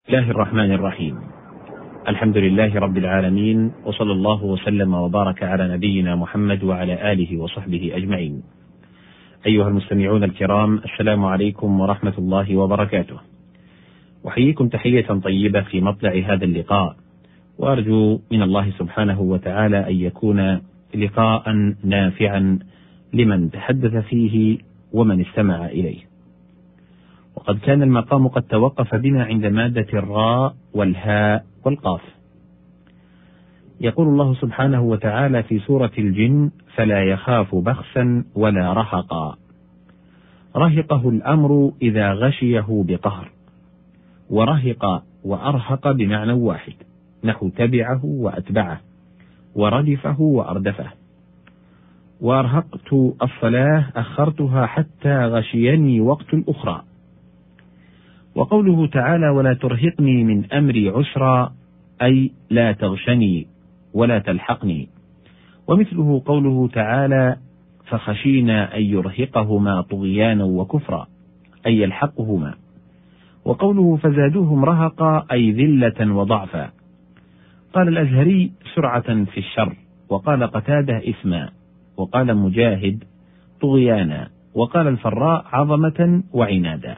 الله الرحمن الرحيم. الحمد لله رب العالمين، وصلى الله وسلم وبارك على نبينا محمد وعلى آله وصحبه أجمعين. أيها المستمعون الكرام، السلام عليكم ورحمة الله وبركاته. أحييكم تحية طيبة في مطلع هذا اللقاء، وأرجو من الله سبحانه وتعالى أن يكون لقاء نافعا لمن تحدث فيه ومن استمع إليه. وقد كان المقام قد توقف بنا عند مادة الراء والهاء والقاف. يقول الله سبحانه وتعالى في سورة الجن: فلا يخاف بخسا ولا رهقا. رهقه الأمر إذا غشيه بقهر، ورهق وأرهق بمعنى واحد، نحو تبعه وأتبعه، وردفه وأردفه. وأرهقت الصلاة أخرتها حتى غشيني وقت الأخرى. وقوله تعالى: ولا ترهقني من أمري عسرا، أي لا تغشني ولا تلحقني. ومثله قوله تعالى: فخشينا أن يرهقهما طغيانا وكفرا، أي يلحقهما. وقوله: فزادوهم رهقا، أي ذلة وضعفا. قال الأزهري: سرعة في الشر. وقال قتادة: إثما. وقال مجاهد: طغيانا. وقال الفراء: عظمة وعنادا.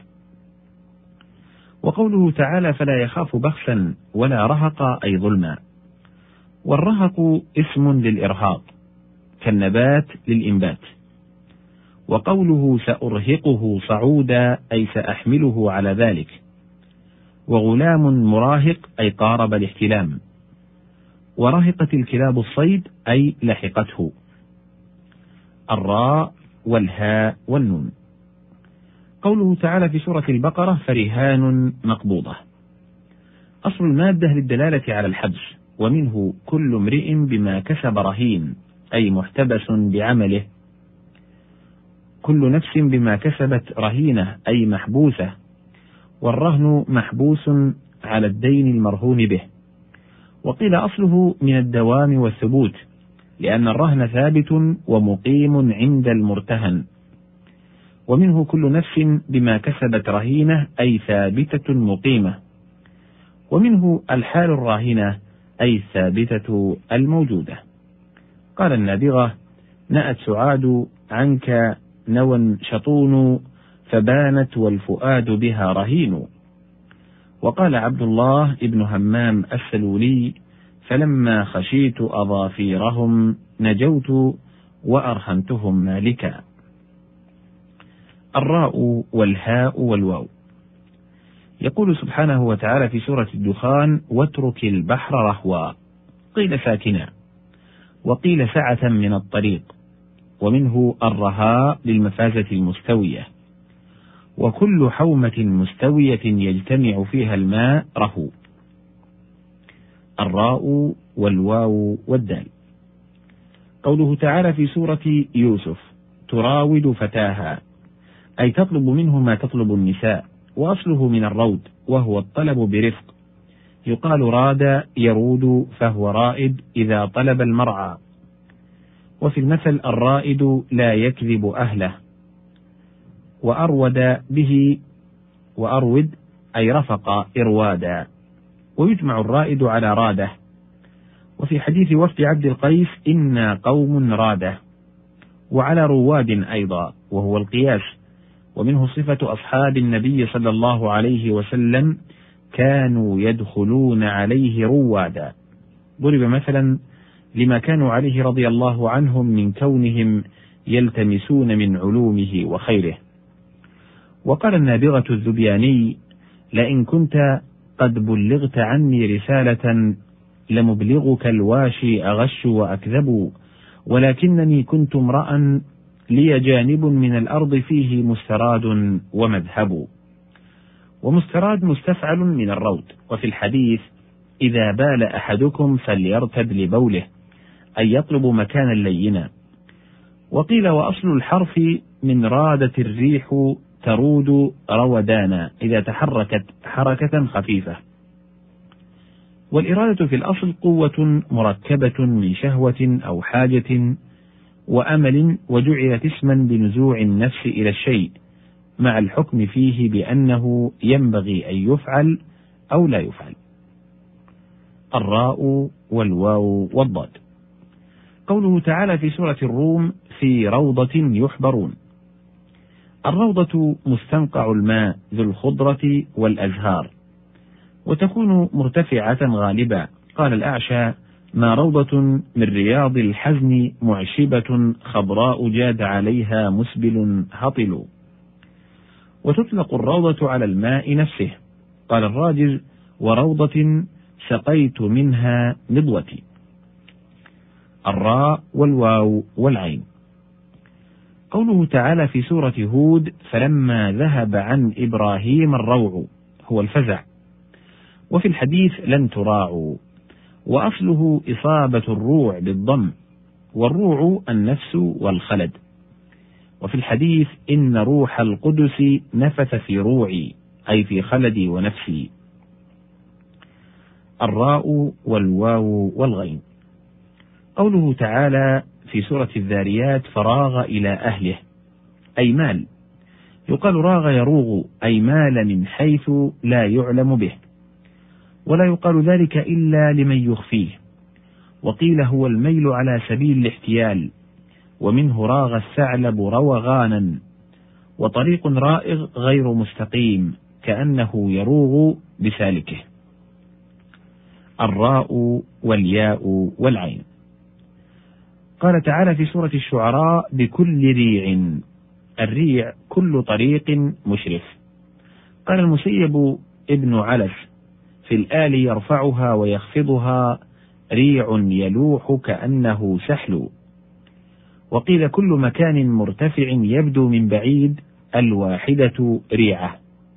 وقوله تعالى: فلا يخاف بخسا ولا رهقا، أي ظلما. والرهق اسم للإرهاق كالنبات للإنبات. وقوله: سأرهقه صعودا، أي سأحمله على ذلك. وغلام مراهق، أي قارب الاحتلام. ورهقت الكلاب الصيد، أي لحقته. الراء والهاء والنون. قوله تعالى في سورة البقرة: فرهان مقبوضة. أصل المادة للدلالة على الحبس، ومنه كل امرئ بما كسب رهين، أي محتبس بعمله. كل نفس بما كسبت رهينة، أي محبوسة. والرهن محبوس على الدين المرهون به. وقيل أصله من الدوام والثبوت، لأن الرهن ثابت ومقيم عند المرتهن. ومنه كل نفس بما كسبت رهينة، أي ثابتة مقيمة. ومنه الحال الراهنة، أي الثابتة الموجودة. قال النابغة: نأت سعاد عنك نوى شطون، فبانت والفؤاد بها رهين. وقال عبد الله ابن همام السلولي: فلما خشيت أظافيرهم نجوت وأرهنتهم مالكا. الراء والهاء والواو. يقول سبحانه وتعالى في سورة الدخان: واترك البحر رهوا، قيل ساكنا، وقيل سعة من الطريق. ومنه الرهاء للمفازة المستوية. وكل حومة مستوية يجتمع فيها الماء رهو. الراء والواو والدال. قوله تعالى في سورة يوسف: تراود فتاها، أي تطلب منه ما تطلب النساء. وأصله من الرود، وهو الطلب برفق. يقال راد يرود، فهو رائد إذا طلب المرعى. وفي المثل: الرائد لا يكذب أهله. وأرود به، وأرود أي رفق إروادا. ويجمع الرائد على راده. وفي حديث وفد عبد القيس: إنا قوم راده. وعلى رواد أيضا، وهو القياس. ومنه صفة أصحاب النبي صلى الله عليه وسلم: كانوا يدخلون عليه روادا. ضرب مثلا لما كانوا عليه رضي الله عنهم من كونهم يلتمسون من علومه وخيره. وقال النابغة الذبياني: لئن كنت قد بلغت عني رسالة لمبلغك الواشي أغش وأكذب، ولكنني كنت امرأ لي جانب من الأرض فيه مستراد ومذهب. ومستراد مستفعل من الروض. وفي الحديث: إذا بال أحدكم فليرتد لبوله، أي يطلب مكانا لينا. وقيل: وأصل الحرف من رادت الريح ترود رودانا، إذا تحركت حركة خفيفة. والإرادة في الأصل قوة مركبة من شهوة أو حاجة وأمل، وجعلت اسما بنزوع النفس إلى الشيء، مع الحكم فيه بأنه ينبغي أن يفعل أو لا يفعل. الراء والواو والضاد. قوله تعالى في سورة الروم: في روضة يحبرون. الروضة مستنقع الماء ذو الخضرة والأزهار، وتكون مرتفعة غالبا. قال الأعشى: ما روضة من رياض الحزن معشبة خضراء جاد عليها مسبل هطل. وتطلق الروضة على الماء نفسه. قال الراجل: وروضة سقيت منها مضوتي. الراء والواو والعين. قوله تعالى في سورة هود: فلما ذهب عن إبراهيم الروع، هو الفزع. وفي الحديث: لن تراعوا، وأصله إصابة الروع بالضم، والروع النفس والخلد. وفي الحديث: إن روح القدس نفث في روعي، أي في خلدي ونفسي. الراء والواو والغين. قوله تعالى في سورة الذاريات: فراغ إلى أهله، أي مال. يقال راغ يروغ، أي مال من حيث لا يعلم به، ولا يقال ذلك إلا لمن يخفيه. وقيل هو الميل على سبيل الاحتيال، ومنه راغ الثعلب روغانا. وطريق رائغ غير مستقيم، كأنه يروغ بسالكه. الراء والياء والعين. قال تعالى في سورة الشعراء: بكل ريع. الريع كل طريق مشرف. قال المسيب ابن علف: في الآل يرفعها ويخفضها ريع يلوح كأنه سحل. وقيل كل مكان مرتفع يبدو من بعيد، الواحدة ريعة.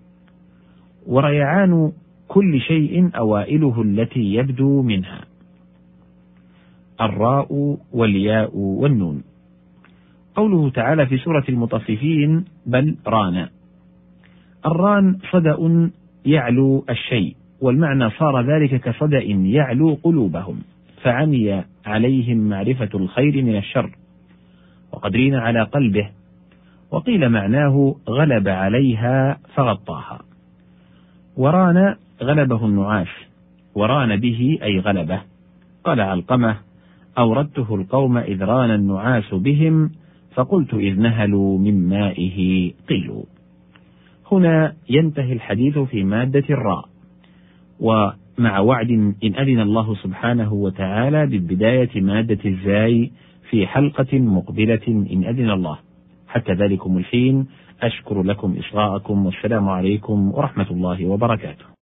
وريعان كل شيء أوائله التي يبدو منها. الراء والياء والنون. قوله تعالى في سورة المطففين: بل ران. الران صدأ يعلو الشيء، والمعنى صار ذلك كصدأ يعلو قلوبهم، فعمي عليهم معرفة الخير من الشر، وقد رين على قلبه. وقيل معناه غلب عليها فغطاها. وران غلبه النعاس، وران به أي غلبه. قال علقمة: أوردته القوم إذ ران النعاس بهم، فقلت إذ نهلوا من مائه قيلوا. هنا ينتهي الحديث في مادة الراء، ومع وعد إن أذن الله سبحانه وتعالى بالبداية مادة الزاي في حلقة مقبلة إن أذن الله. حتى ذلكم الحين أشكر لكم إصغاءكم، والسلام عليكم ورحمة الله وبركاته.